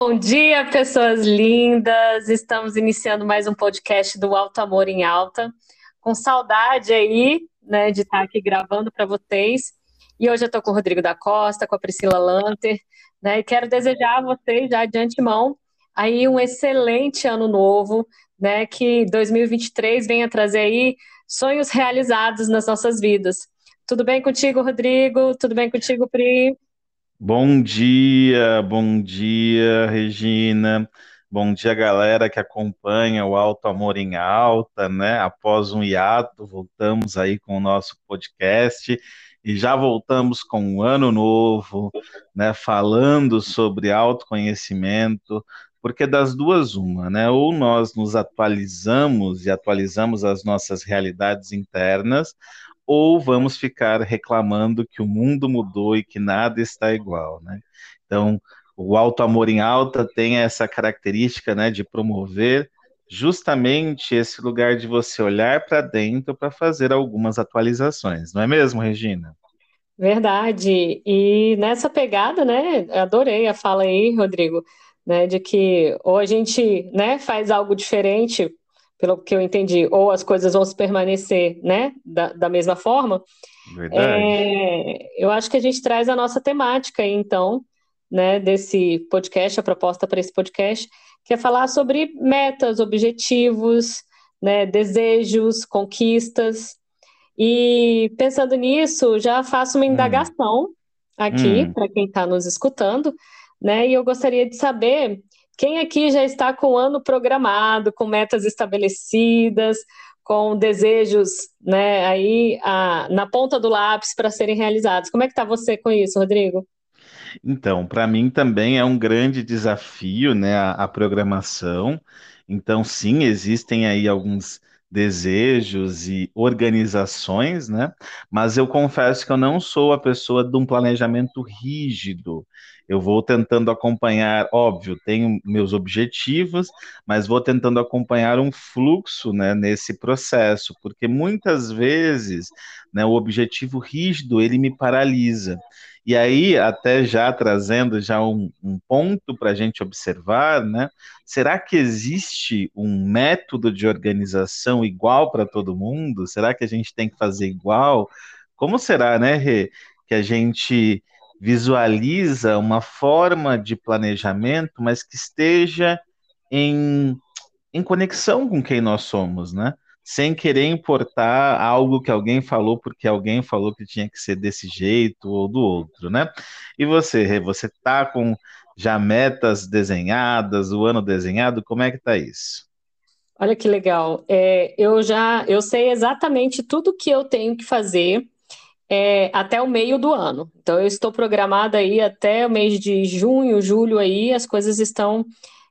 Bom dia, pessoas lindas! Estamos iniciando mais um podcast do Alto Amor em Alta. Com saudade aí, né, de estar aqui gravando para vocês. E hoje eu estou com o Rodrigo da Costa, com a Priscila Lanter, né? E quero desejar a vocês já de antemão aí um excelente ano novo, né? Que 2023 venha trazer aí sonhos realizados nas nossas vidas. Tudo bem contigo, Rodrigo? Tudo bem contigo, Pri? Bom dia, Regina. Bom dia, galera que acompanha o Alto Amor em Alta, né? Após um hiato, voltamos aí com o nosso podcast e já voltamos com um ano novo, né? Falando sobre autoconhecimento, porque das duas, uma, né? Ou nós nos atualizamos e atualizamos as nossas realidades internas, ou vamos ficar reclamando que o mundo mudou e que nada está igual, né? Então, o Alto Amor em Alta tem essa característica, né, de promover justamente esse lugar de você olhar para dentro para fazer algumas atualizações, não é mesmo, Regina? Verdade. E nessa pegada, né, adorei a fala aí, Rodrigo, né, de que ou a gente, né, faz algo diferente, pelo que eu entendi, ou as coisas vão se permanecer, né, da mesma forma. Verdade. Eu acho que a gente traz a nossa temática aí, então, né, desse podcast, a proposta para esse podcast, que é falar sobre metas, objetivos, né, desejos, conquistas. E pensando nisso, já faço uma Hum, indagação aqui hum. para quem está nos escutando, né? E eu gostaria de saber quem aqui já está com o ano programado, com metas estabelecidas, com desejos, né, aí na ponta do lápis para serem realizados. Como é que está você com isso, Rodrigo? Então, para mim também é um grande desafio, né, a programação. Então, sim, existem aí alguns desejos e organizações, né? Mas eu confesso que eu não sou a pessoa de um planejamento rígido. Eu vou tentando acompanhar, óbvio, tenho meus objetivos, mas vou tentando acompanhar um fluxo, né, nesse processo, porque muitas vezes, né, o objetivo rígido, ele me paralisa. E aí, até já trazendo já um ponto para a gente observar, né? Será que existe um método de organização igual para todo mundo? Será que a gente tem que fazer igual? Como será, né, Rê, que a gente visualiza uma forma de planejamento, mas que esteja em conexão com quem nós somos, né? Sem querer importar algo que alguém falou porque alguém falou que tinha que ser desse jeito ou do outro, né? E você, Rê, você tá com já metas desenhadas, o ano desenhado, como é que tá isso? Olha que legal. Eu sei exatamente tudo que eu tenho que fazer até o meio do ano. Então, eu estou programada aí até o mês de junho, julho aí, as coisas estão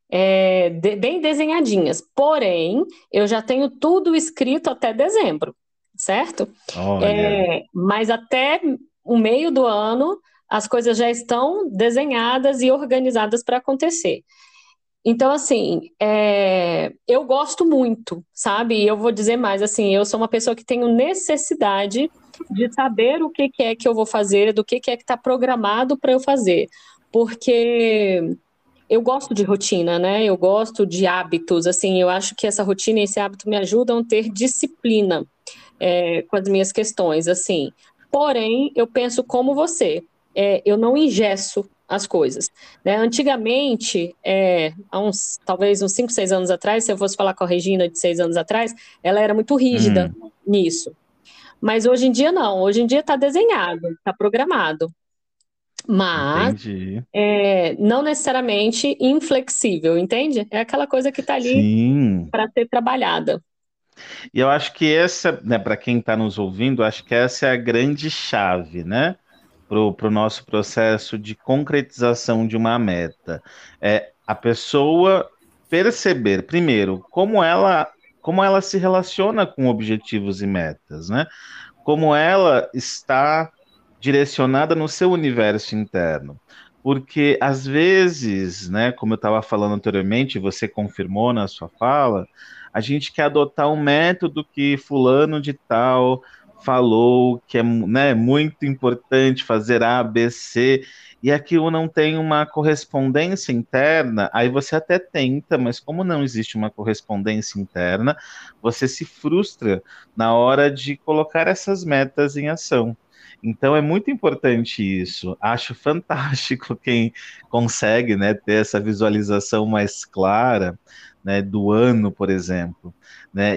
bem desenhadinhas. Porém, eu já tenho tudo escrito até dezembro, certo? Olha, Mas até o meio do ano, as coisas já estão desenhadas e organizadas para acontecer. Então, assim, eu gosto muito, sabe? E eu vou dizer mais, assim, eu sou uma pessoa que tenho necessidade de saber o que que é que eu vou fazer, do que é que está programado para eu fazer. Porque eu gosto de rotina, né? Eu gosto de hábitos, assim, eu acho que essa rotina e esse hábito me ajudam a ter disciplina, com as minhas questões, assim. Porém, eu penso como você, eu não engesso as coisas, né? Antigamente, talvez uns 5, 6 anos atrás, se eu fosse falar com a Regina de 6 anos atrás, ela era muito rígida hum, nisso. Mas hoje em dia não, hoje em dia está desenhado, está programado, mas entendi. não necessariamente inflexível, entende? É aquela coisa que está ali Sim. para ser trabalhada. E eu acho que essa, né, para quem está nos ouvindo, acho que essa é a grande chave, né, para o nosso processo de concretização de uma meta. É a pessoa perceber, primeiro, como ela se relaciona com objetivos e metas, né? Como ela está direcionada no seu universo interno. Porque às vezes, né, como eu estava falando anteriormente, você confirmou na sua fala, a gente quer adotar um método que fulano de tal falou que é, né, muito importante fazer A, B, C, e aquilo não tem uma correspondência interna, aí você até tenta, mas como não existe uma correspondência interna, você se frustra na hora de colocar essas metas em ação. Então é muito importante isso. Acho fantástico quem consegue, né, ter essa visualização mais clara, né, do ano, por exemplo, né,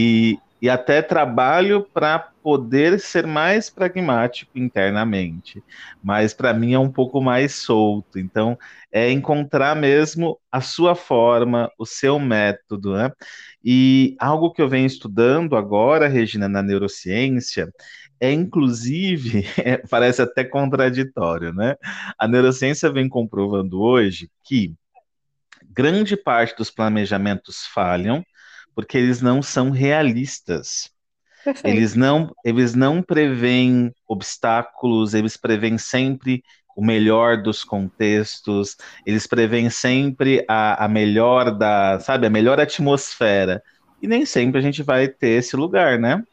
e até trabalho para poder ser mais pragmático internamente, mas para mim é um pouco mais solto. Então, é encontrar mesmo a sua forma, o seu método, né? E algo que eu venho estudando agora, Regina, na neurociência, é inclusive, parece até contraditório, né? A neurociência vem comprovando hoje que grande parte dos planejamentos falham porque eles não são realistas. Perfeito. Eles não preveem obstáculos, eles preveem sempre o melhor dos contextos, eles preveem sempre a melhor sabe, a melhor atmosfera. E nem sempre a gente vai ter esse lugar, né?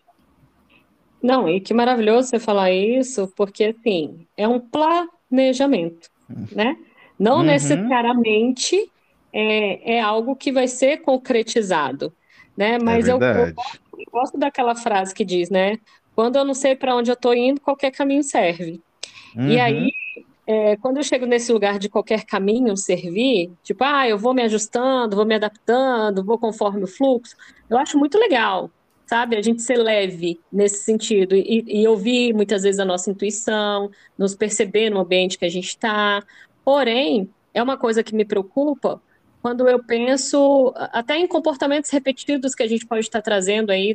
Não, e que maravilhoso você falar isso, porque assim, é um planejamento, né? Não Uhum, necessariamente é algo que vai ser concretizado, né? é Mas verdade. eu gosto daquela frase que diz, né? Quando eu não sei para onde eu estou indo, qualquer caminho serve. E aí, Uhum, quando eu chego nesse lugar de qualquer caminho servir, tipo, eu vou me ajustando, vou me adaptando, vou conforme o fluxo, eu acho muito legal, sabe? A gente ser leve nesse sentido e ouvir muitas vezes a nossa intuição, nos perceber no ambiente que a gente está. Porém, é uma coisa que me preocupa quando eu penso até em comportamentos repetidos que a gente pode estar trazendo aí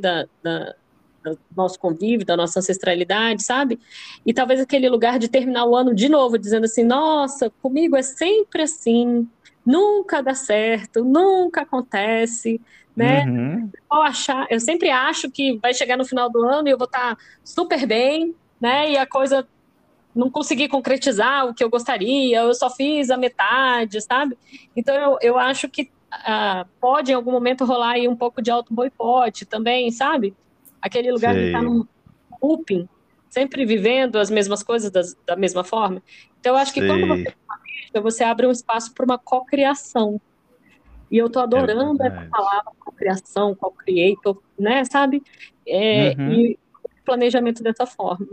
do nosso convívio, da nossa ancestralidade, sabe? E talvez aquele lugar de terminar o ano de novo, dizendo assim: nossa, comigo é sempre assim, nunca dá certo, nunca acontece, né? uhum, Eu sempre acho que vai chegar no final do ano e eu vou estar super bem, né? E a coisa não consegui concretizar o que eu gostaria, eu só fiz a metade, sabe? Então eu acho que pode em algum momento rolar aí um pouco de auto-boicote também, sabe? Aquele lugar de estar sei, num looping, sempre vivendo as mesmas coisas da mesma forma. Então eu acho que quando sei, você abre um espaço para uma cocriação. E eu tô é adorando essa verdade. palavra cocriação, co-creator, né, sabe? Uhum, E planejamento dessa forma.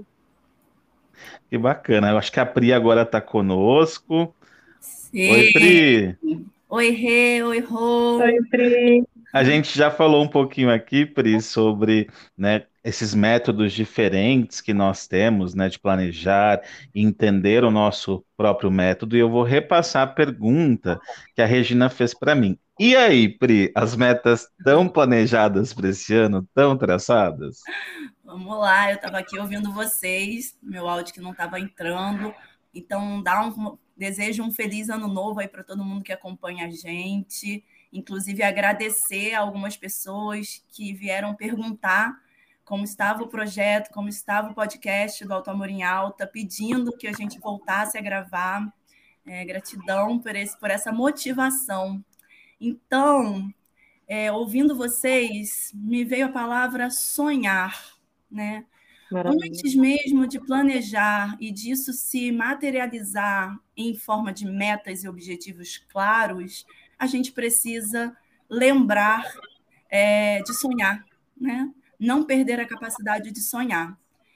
que bacana. Eu acho que a Pri agora está conosco. Oi, Sim. Pri. Oi, Rê, oi, Oi, Rô. Pri. A gente já falou um pouquinho aqui, Pri, sobre, né, esses métodos diferentes que nós temos, né, de planejar e entender o nosso próprio método. E eu vou repassar a pergunta que a Regina fez para mim. E aí, Pri, as metas tão planejadas para esse ano, tão traçadas? Vamos lá, eu estava aqui ouvindo vocês, meu áudio que não estava entrando. Então, desejo um feliz ano novo aí para todo mundo que acompanha a gente. Inclusive, agradecer a algumas pessoas que vieram perguntar como estava o projeto, como estava o podcast do Alto Amor em Alta, pedindo que a gente voltasse a gravar. Gratidão por essa motivação. Então, ouvindo vocês, me veio a palavra sonhar, né? Maravilha. Antes mesmo de planejar e disso se materializar em forma de metas e objetivos claros, a gente precisa lembrar de sonhar, né? Não perder a capacidade de sonhar.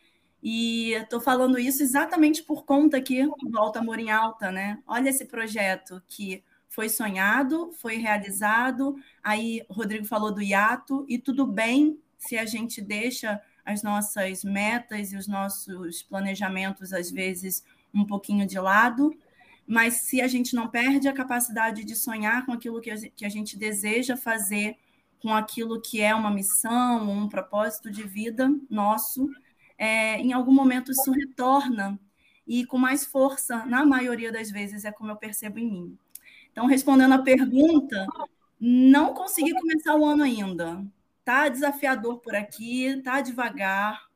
E estou falando isso exatamente por conta aqui do Alto Amor em Alta, né? Olha esse projeto que foi sonhado, foi realizado. Aí o Rodrigo falou do hiato, e tudo bem se a gente deixa as nossas metas e os nossos planejamentos, às vezes, um pouquinho de lado, mas se a gente não perde a capacidade de sonhar com aquilo que a gente deseja fazer, com aquilo que é uma missão, um propósito de vida nosso, em algum momento isso retorna e com mais força, na maioria das vezes, é como eu percebo em mim. Então, respondendo à pergunta, não consegui começar o ano ainda. Tá desafiador por aqui, tá devagar.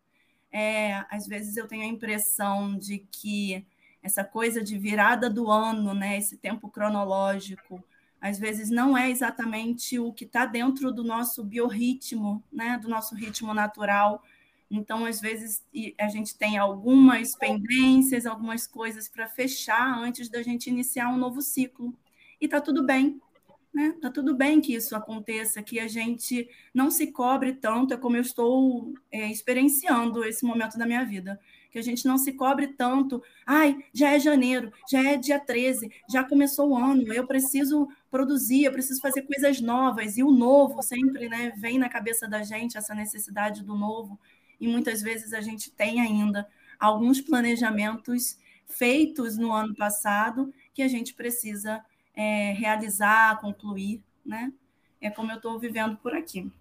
Às vezes eu tenho a impressão de que essa coisa de virada do ano, né, esse tempo cronológico, às vezes não é exatamente o que está dentro do nosso biorritmo, né, do nosso ritmo natural, Então, às vezes, a gente tem algumas pendências, algumas coisas para fechar antes da gente iniciar um novo ciclo. E está tudo bem, né? Tá tudo bem que isso aconteça, que a gente não se cobre tanto, é como eu estou experienciando esse momento da minha vida, que a gente não se cobre tanto. Ai, já é janeiro, já é dia 13, já começou o ano, eu preciso produzir, eu preciso fazer coisas novas, e o novo sempre, né, vem na cabeça da gente, essa necessidade do novo, e muitas vezes a gente tem ainda alguns planejamentos feitos no ano passado que a gente precisa realizar, concluir, né? É como eu estou vivendo por aqui.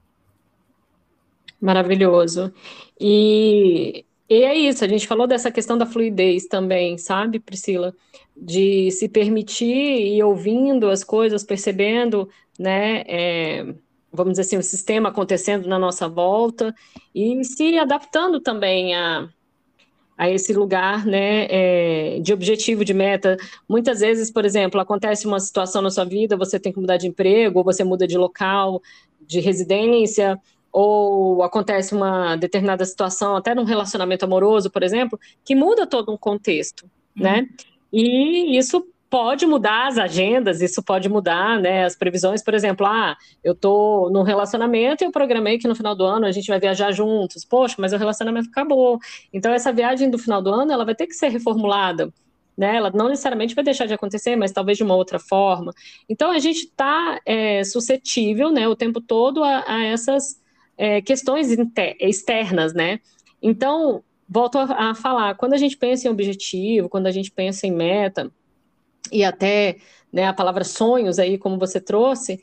Maravilhoso. E é isso, a gente falou dessa questão da fluidez também, sabe, Priscila? De se permitir ir ouvindo as coisas, percebendo, né, vamos dizer assim, o sistema acontecendo na nossa volta e se adaptando também a esse lugar, né, de objetivo, de meta. Muitas vezes, por exemplo, acontece uma situação na sua vida, você tem que mudar de emprego, ou você muda de local, de residência, ou acontece uma determinada situação, até num relacionamento amoroso, por exemplo, que muda todo um contexto, né? E isso pode mudar as agendas, isso pode mudar, né, as previsões, por exemplo, eu tô num relacionamento e eu programei que no final do ano a gente vai viajar juntos. Poxa, mas o relacionamento acabou. Então, essa viagem do final do ano, ela vai ter que ser reformulada, né? Ela não necessariamente vai deixar de acontecer, mas talvez de uma outra forma. Então, a gente está suscetível, né, o tempo todo a essas questões externas, né? Então, volto a falar, quando a gente pensa em objetivo, quando a gente pensa em meta, e até, né, a palavra sonhos aí, como você trouxe,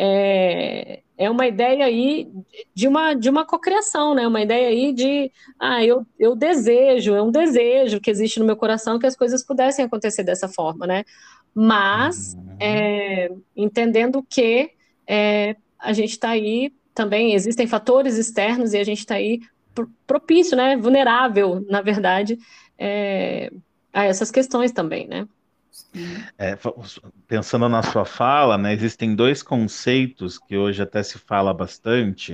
é uma ideia aí de uma cocriação, né? Uma ideia aí de, eu desejo, é um desejo que existe no meu coração que as coisas pudessem acontecer dessa forma, né? Mas entendendo que a gente está aí também, existem fatores externos e a gente está aí propício, né? Vulnerável, na verdade, a essas questões também, né? Pensando na sua fala, né, existem dois conceitos que hoje até se fala bastante.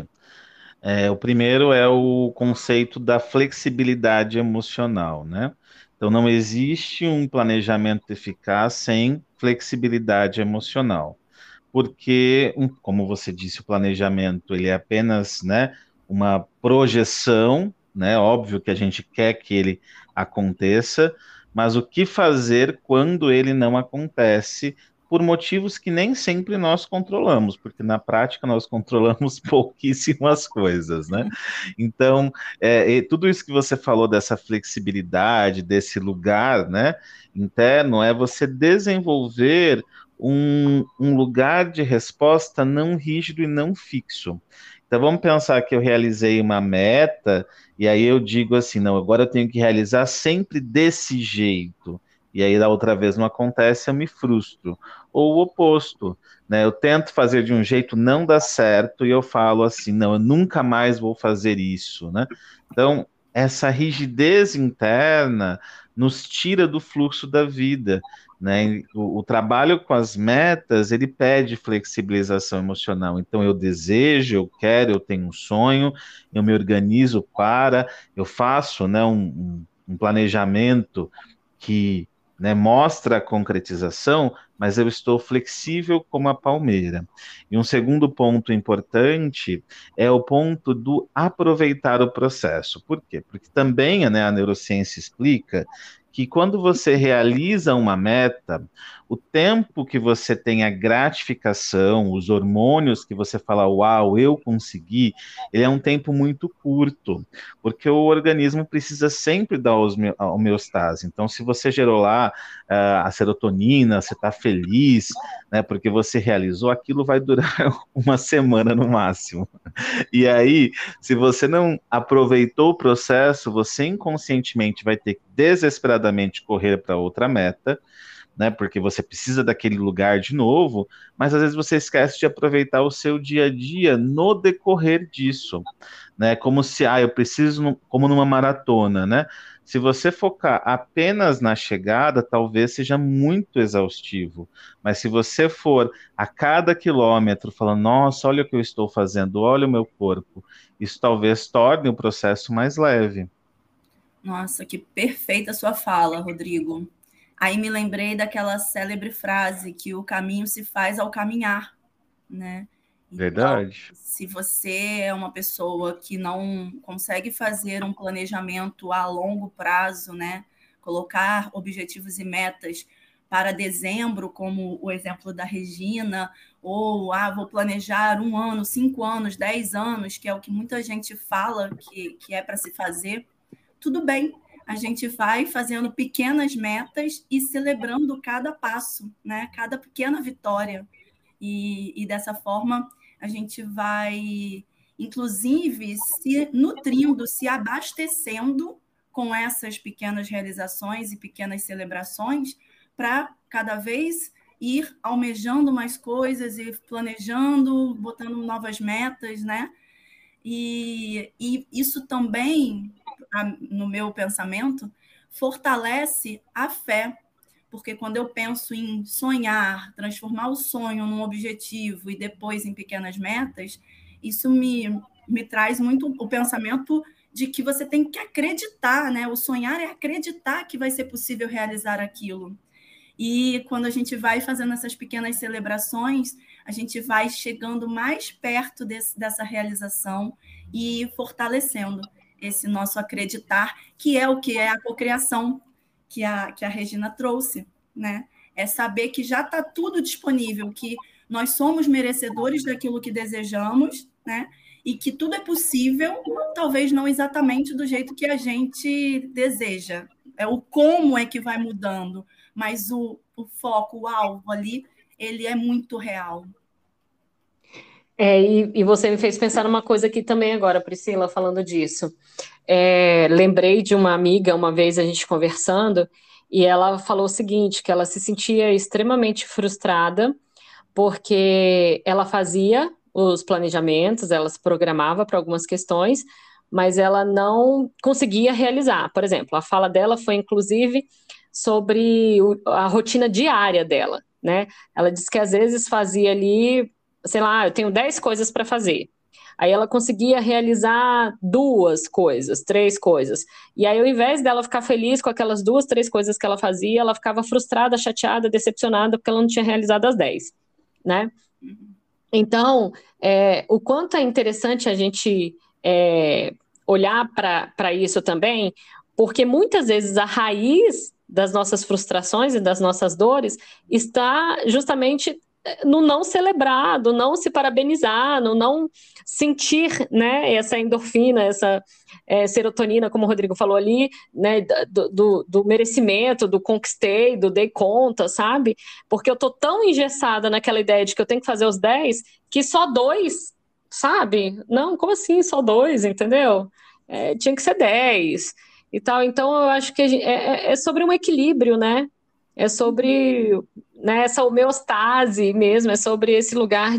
O primeiro é o conceito da flexibilidade emocional, né? Então, não existe um planejamento eficaz sem flexibilidade emocional, porque, como você disse, o planejamento ele é apenas, né, uma projeção, né? Óbvio que a gente quer que ele aconteça, mas o que fazer quando ele não acontece? Por motivos que nem sempre nós controlamos, porque na prática nós controlamos pouquíssimas coisas, né? Então, tudo isso que você falou dessa flexibilidade, desse lugar, né, interno, é você desenvolver um lugar de resposta não rígido e não fixo. Então vamos pensar que eu realizei uma meta, e aí eu digo assim, não, agora eu tenho que realizar sempre desse jeito. E aí da outra vez não acontece, eu me frustro. Ou o oposto, né? Eu tento fazer de um jeito, não dá certo, e eu falo assim, não, eu nunca mais vou fazer isso, né? Então, essa rigidez interna nos tira do fluxo da vida, né? O trabalho com as metas, ele pede flexibilização emocional. Então, eu desejo, eu quero, eu tenho um sonho, eu me organizo eu faço, né, um planejamento que, né, mostra a concretização, mas eu estou flexível como a palmeira. E um segundo ponto importante é o ponto do aproveitar o processo. Por quê? Porque também, né, a neurociência explica que quando você realiza uma meta, o tempo que você tem a gratificação, os hormônios que você fala, uau, eu consegui, ele é um tempo muito curto, porque o organismo precisa sempre dar a homeostase. Então, se você gerou lá a serotonina, você está feliz, né, porque você realizou, aquilo vai durar uma semana no máximo. E aí, se você não aproveitou o processo, você inconscientemente vai ter que desesperadamente correr para outra meta, né? Porque você precisa daquele lugar de novo, mas às vezes você esquece de aproveitar o seu dia a dia no decorrer disso, né? Como se, eu preciso, como numa maratona, né? Se você focar apenas na chegada, talvez seja muito exaustivo. Mas se você for a cada quilômetro falando, nossa, olha o que eu estou fazendo, olha o meu corpo, isso talvez torne o processo mais leve. Nossa, que perfeita a sua fala, Rodrigo. Aí me lembrei daquela célebre frase que o caminho se faz ao caminhar, né? Então, Verdade. se você é uma pessoa que não consegue fazer um planejamento a longo prazo, né? Colocar objetivos e metas para dezembro, como o exemplo da Regina, ou vou planejar 1 ano, 5 anos, 10 anos, que é o que muita gente fala que é para se fazer, tudo bem. A gente vai fazendo pequenas metas e celebrando cada passo, né? Cada pequena vitória. E dessa forma a gente vai, inclusive, se nutrindo, se abastecendo com essas pequenas realizações e pequenas celebrações para cada vez ir almejando mais coisas e planejando, botando novas metas, né? E isso também, no meu pensamento, fortalece a fé, porque quando eu penso em sonhar, transformar o sonho num objetivo e depois em pequenas metas, isso me traz muito o pensamento de que você tem que acreditar, né? O sonhar é acreditar que vai ser possível realizar aquilo. E quando a gente vai fazendo essas pequenas celebrações, a gente vai chegando mais perto dessa realização e fortalecendo esse nosso acreditar, que é o que é a cocriação que a Regina trouxe, né? É saber que já está tudo disponível, que nós somos merecedores daquilo que desejamos, né? E que tudo é possível, talvez não exatamente do jeito que a gente deseja. É o como é que vai mudando, mas o foco, o alvo ali, ele é muito real. E você me fez pensar numa coisa aqui também agora, Priscila, falando disso. Lembrei de uma amiga, uma vez a gente conversando, e ela falou o seguinte, que ela se sentia extremamente frustrada, porque ela fazia os planejamentos, ela se programava para algumas questões, mas ela não conseguia realizar. Por exemplo, a fala dela foi, inclusive, sobre a rotina diária dela, né? Ela disse que às vezes fazia ali, sei lá, eu tenho 10 coisas para fazer. Aí ela conseguia realizar 2 coisas, 3 coisas. E aí, ao invés dela ficar feliz com aquelas 2, 3 coisas que ela fazia, ela ficava frustrada, chateada, decepcionada, porque ela não tinha realizado as 10, né? Então, o quanto é interessante a gente olhar para isso também, porque muitas vezes a raiz das nossas frustrações e das nossas dores está justamente no não celebrar, no não se parabenizar, no não sentir, né, essa endorfina, essa serotonina, como o Rodrigo falou ali, né, do merecimento, do conquistei, do dei conta, sabe? Porque eu tô tão engessada naquela ideia de que eu tenho que fazer os 10 que só 2, sabe? Não, como assim só 2, entendeu? Tinha que ser 10 e tal. Então, eu acho que é sobre um equilíbrio, né? É sobre, né, essa homeostase mesmo, é sobre esse lugar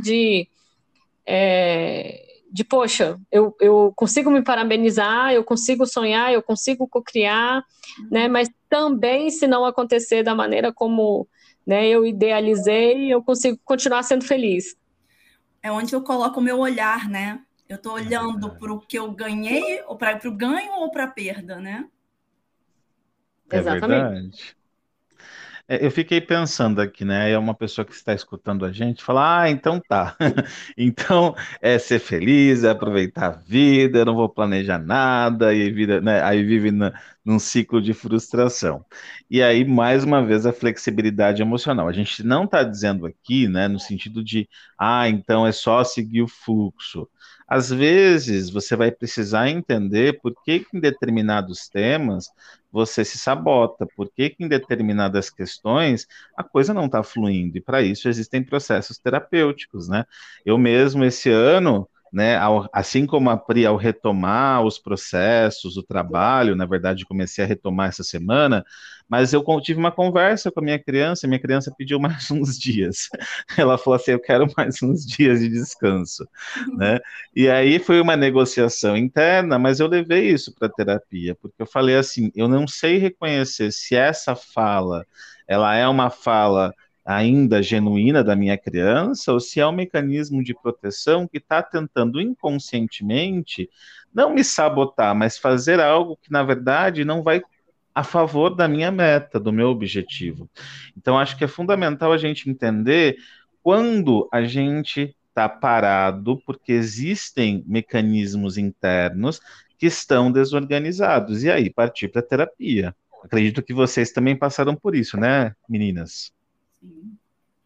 poxa, eu consigo me parabenizar, eu consigo sonhar, eu consigo cocriar, né? Mas também, se não acontecer da maneira como, né, eu idealizei, eu consigo continuar sendo feliz. É onde eu coloco o meu olhar, né? Eu estou olhando para o que eu ganhei, ou para o ganho ou para a perda, né? É Exatamente. verdade. Eu fiquei pensando aqui, né? É uma pessoa que está escutando a gente fala: ah, então tá. Então é ser feliz, é aproveitar a vida, eu não vou planejar nada, e vida, né? Aí vive num ciclo de frustração. E aí, mais uma vez, a flexibilidade emocional. A gente não está dizendo aqui, né, no sentido de, então é só seguir o fluxo. Às vezes, você vai precisar entender por que que em determinados temas você se sabota, por que que em determinadas questões a coisa não está fluindo, e para isso existem processos terapêuticos, né? Eu mesmo, esse ano, né? Assim como a Pri, ao retomar os processos, o trabalho, na verdade, comecei a retomar essa semana, mas eu tive uma conversa com a minha criança pediu mais uns dias. Ela falou assim: eu quero mais uns dias de descanso, né? E aí foi uma negociação interna, mas eu levei isso para terapia, porque eu falei assim: eu não sei reconhecer se essa fala ela é uma fala ainda genuína da minha criança, ou se é um mecanismo de proteção que está tentando inconscientemente não me sabotar, mas fazer algo que, na verdade, não vai a favor da minha meta, do meu objetivo. Então, acho que é fundamental a gente entender quando a gente está parado, porque existem mecanismos internos que estão desorganizados, e aí partir para a terapia. Acredito que vocês também passaram por isso, né, meninas? Sim.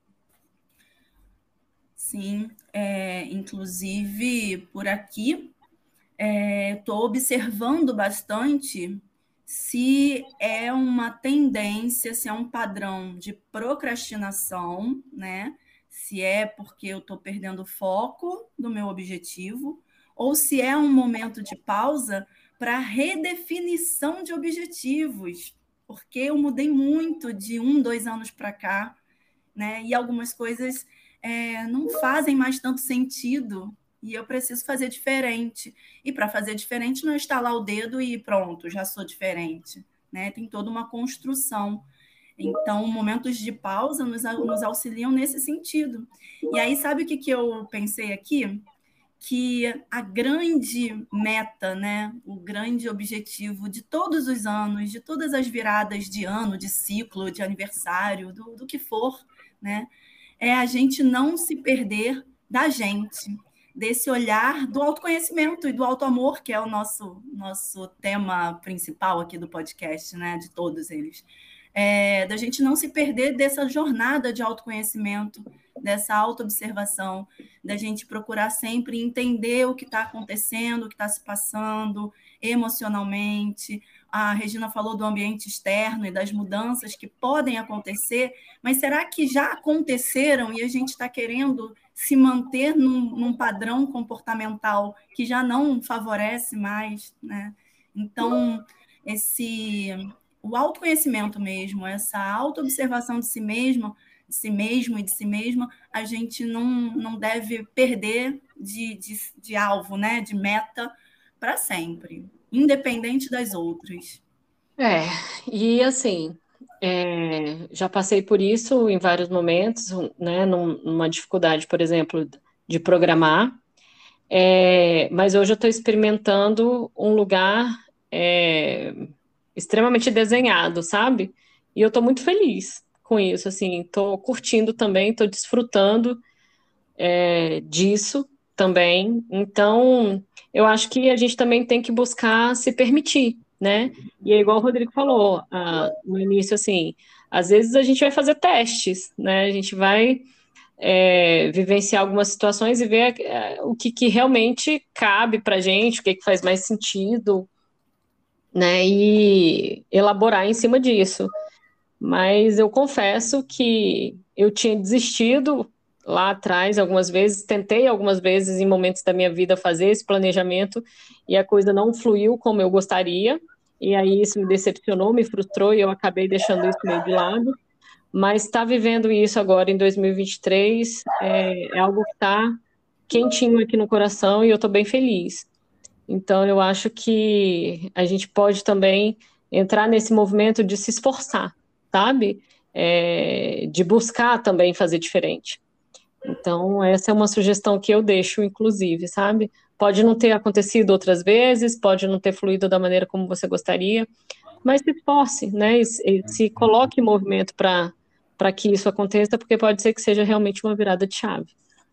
Sim, inclusive por aqui estou observando bastante se é uma tendência, se é um padrão de procrastinação, né? Se é porque eu estou perdendo o foco do meu objetivo, ou se é um momento de pausa para redefinição de objetivos, porque eu mudei muito de 2 anos para cá, né? E algumas coisas não fazem mais tanto sentido e eu preciso fazer diferente. E para fazer diferente não é estalar o dedo e pronto, já sou diferente, né? Tem toda uma construção. Então, momentos de pausa nos auxiliam nesse sentido. E aí, sabe o que eu pensei aqui? Que a grande meta, né, o grande objetivo de todos os anos, de todas as viradas de ano, de ciclo, de aniversário, do que for, né, é a gente não se perder da gente, desse olhar do autoconhecimento e do autoamor, que é o nosso tema principal aqui do podcast, né, de todos eles. Da gente não se perder dessa jornada de autoconhecimento, dessa autoobservação, da gente procurar sempre entender o que está acontecendo, o que está se passando emocionalmente. A Regina falou do ambiente externo e das mudanças que podem acontecer, mas será que já aconteceram e a gente está querendo se manter num padrão comportamental que já não favorece mais, né? Então, o autoconhecimento mesmo, essa autoobservação de si mesmo e de si mesma, a gente não deve perder de alvo, né? De meta para sempre, independente das outras. E assim, já passei por isso em vários momentos, né? Numa dificuldade, por exemplo, de programar, mas hoje eu estou experimentando um lugar é, extremamente desenhado, sabe? E eu estou muito feliz com isso, assim, estou curtindo também, estou desfrutando disso também. Então, eu acho que a gente também tem que buscar se permitir, né? E é igual o Rodrigo falou no início, assim, às vezes a gente vai fazer testes, né? A gente vai vivenciar algumas situações e ver o que realmente cabe para gente, o que faz mais sentido, né? E elaborar em cima disso. Mas eu confesso que eu tinha desistido lá atrás algumas vezes, tentei algumas vezes em momentos da minha vida fazer esse planejamento e a coisa não fluiu como eu gostaria. E aí isso me decepcionou, me frustrou e eu acabei deixando isso meio de lado. Mas estar vivendo isso agora em 2023 é algo que está quentinho aqui no coração e eu estou bem feliz. Então, eu acho que a gente pode também entrar nesse movimento de se esforçar, sabe? De buscar também fazer diferente. Então, essa é uma sugestão que eu deixo, inclusive, sabe? Pode não ter acontecido outras vezes, pode não ter fluído da maneira como você gostaria, mas se esforce, né? E se coloque em movimento para que isso aconteça, porque pode ser que seja realmente uma virada de chave.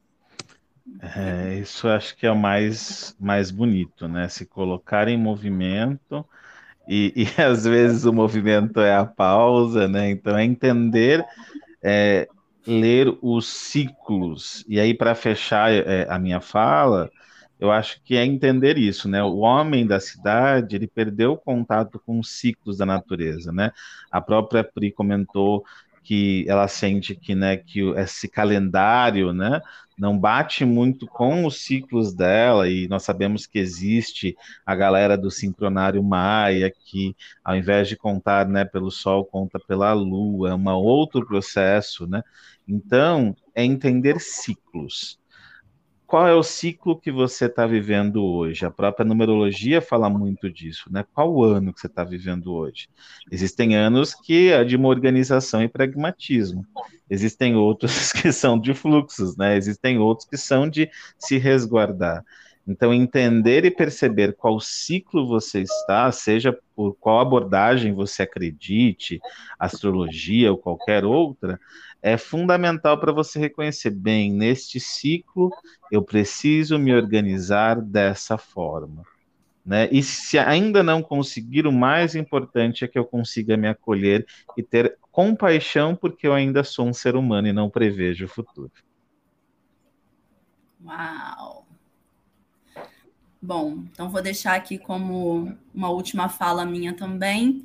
Isso acho que é o mais bonito, né? Se colocar em movimento e às vezes o movimento é a pausa, né? Então é entender, é, ler os ciclos. E aí, para fechar a minha fala, eu acho que é entender isso, né? O homem da cidade, ele perdeu o contato com os ciclos da natureza, né? A própria Pri comentou que ela sente que, né, que esse calendário, né, não bate muito com os ciclos dela, e nós sabemos que existe a galera do sincronário maia, que ao invés de contar, né, pelo Sol, conta pela Lua, é um outro processo, né? Então, é entender ciclos. Qual é o ciclo que você está vivendo hoje? A própria numerologia fala muito disso, né? Qual o ano que você está vivendo hoje? Existem anos que é de uma organização e pragmatismo. Existem outros que são de fluxos, né? Existem outros que são de se resguardar. Então, entender e perceber qual ciclo você está, seja por qual abordagem você acredite, astrologia ou qualquer outra, é fundamental para você reconhecer bem neste ciclo eu preciso me organizar dessa forma, né? E se ainda não conseguir, o mais importante é que eu consiga me acolher e ter compaixão, porque eu ainda sou um ser humano e não prevejo o futuro. Uau! Bom, então vou deixar aqui como uma última fala minha também.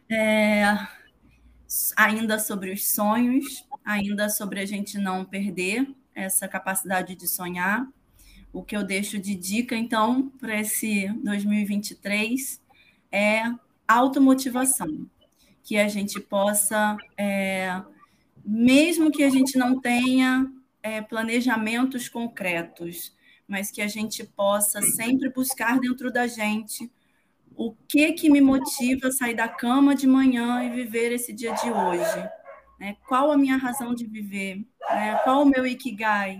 Ainda sobre os sonhos, ainda sobre a gente não perder essa capacidade de sonhar. O que eu deixo de dica, então, para esse 2023 é automotivação. Que a gente possa, mesmo que a gente não tenha planejamentos concretos, mas que a gente possa sempre buscar dentro da gente o que me motiva a sair da cama de manhã e viver esse dia de hoje. Né? Qual a minha razão de viver? Né? Qual o meu ikigai?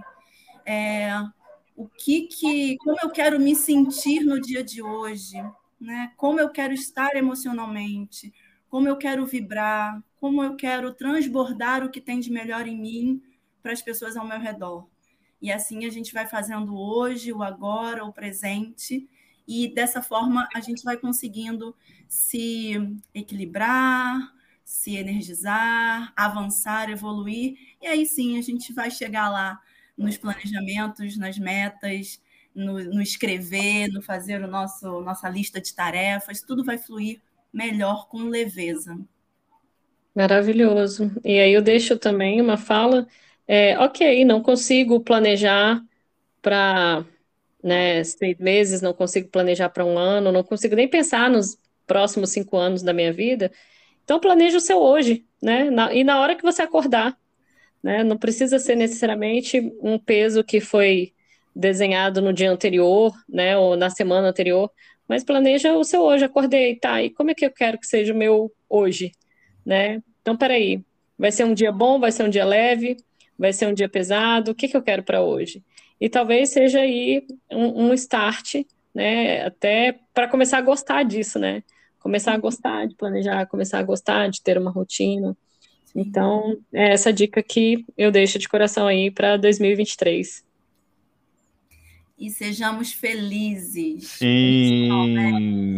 Como eu quero me sentir no dia de hoje? Né? Como eu quero estar emocionalmente? Como eu quero vibrar? Como eu quero transbordar o que tem de melhor em mim para as pessoas ao meu redor? E assim a gente vai fazendo hoje, o agora, o presente, e dessa forma a gente vai conseguindo se equilibrar, se energizar, avançar, evoluir, e aí sim a gente vai chegar lá nos planejamentos, nas metas, no escrever, no fazer nossa lista de tarefas, tudo vai fluir melhor com leveza. Maravilhoso. E aí eu deixo também uma fala, ok, não consigo planejar para, né, 6 meses, não consigo planejar para um ano, não consigo nem pensar nos próximos 5 anos da minha vida. Então planeja o seu hoje, né? E na hora que você acordar, né? Não precisa ser necessariamente um peso que foi desenhado no dia anterior, né? Ou na semana anterior, mas planeja o seu hoje. Acordei, tá? E como é que eu quero que seja o meu hoje, né? Então, peraí, vai ser um dia bom, vai ser um dia leve, vai ser um dia pesado, o que que eu quero para hoje? E talvez seja aí um start, né? Até para começar a gostar disso, né? Começar a gostar de planejar, começar a gostar de ter uma rotina. Então, é essa dica que eu deixo de coração aí para 2023. E sejamos felizes. Sim.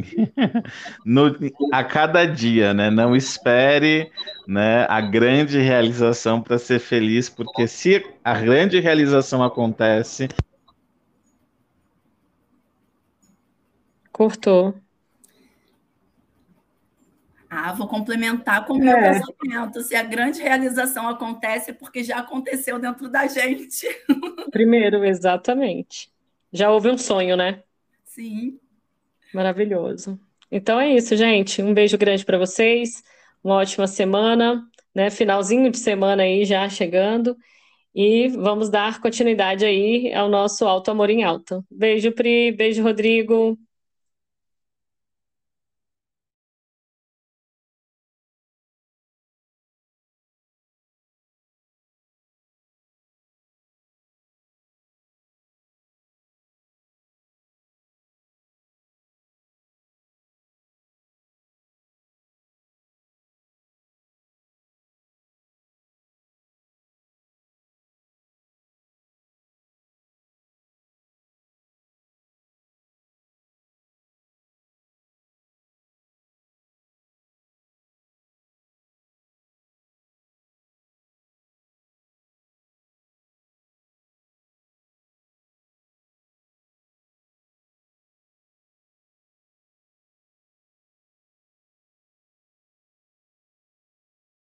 A cada dia, né? Não espere, né, a grande realização para ser feliz, porque se a grande realização acontece. Cortou. Vou complementar com o meu pensamento. Se a grande realização acontece, é porque já aconteceu dentro da gente. Primeiro, exatamente. Já houve um sonho, né? Sim. Maravilhoso. Então é isso, gente. Um beijo grande para vocês. Uma ótima semana, né? Finalzinho de semana aí já chegando. E vamos dar continuidade aí ao nosso Alto Amor em Alta. Beijo, Pri. Beijo, Rodrigo.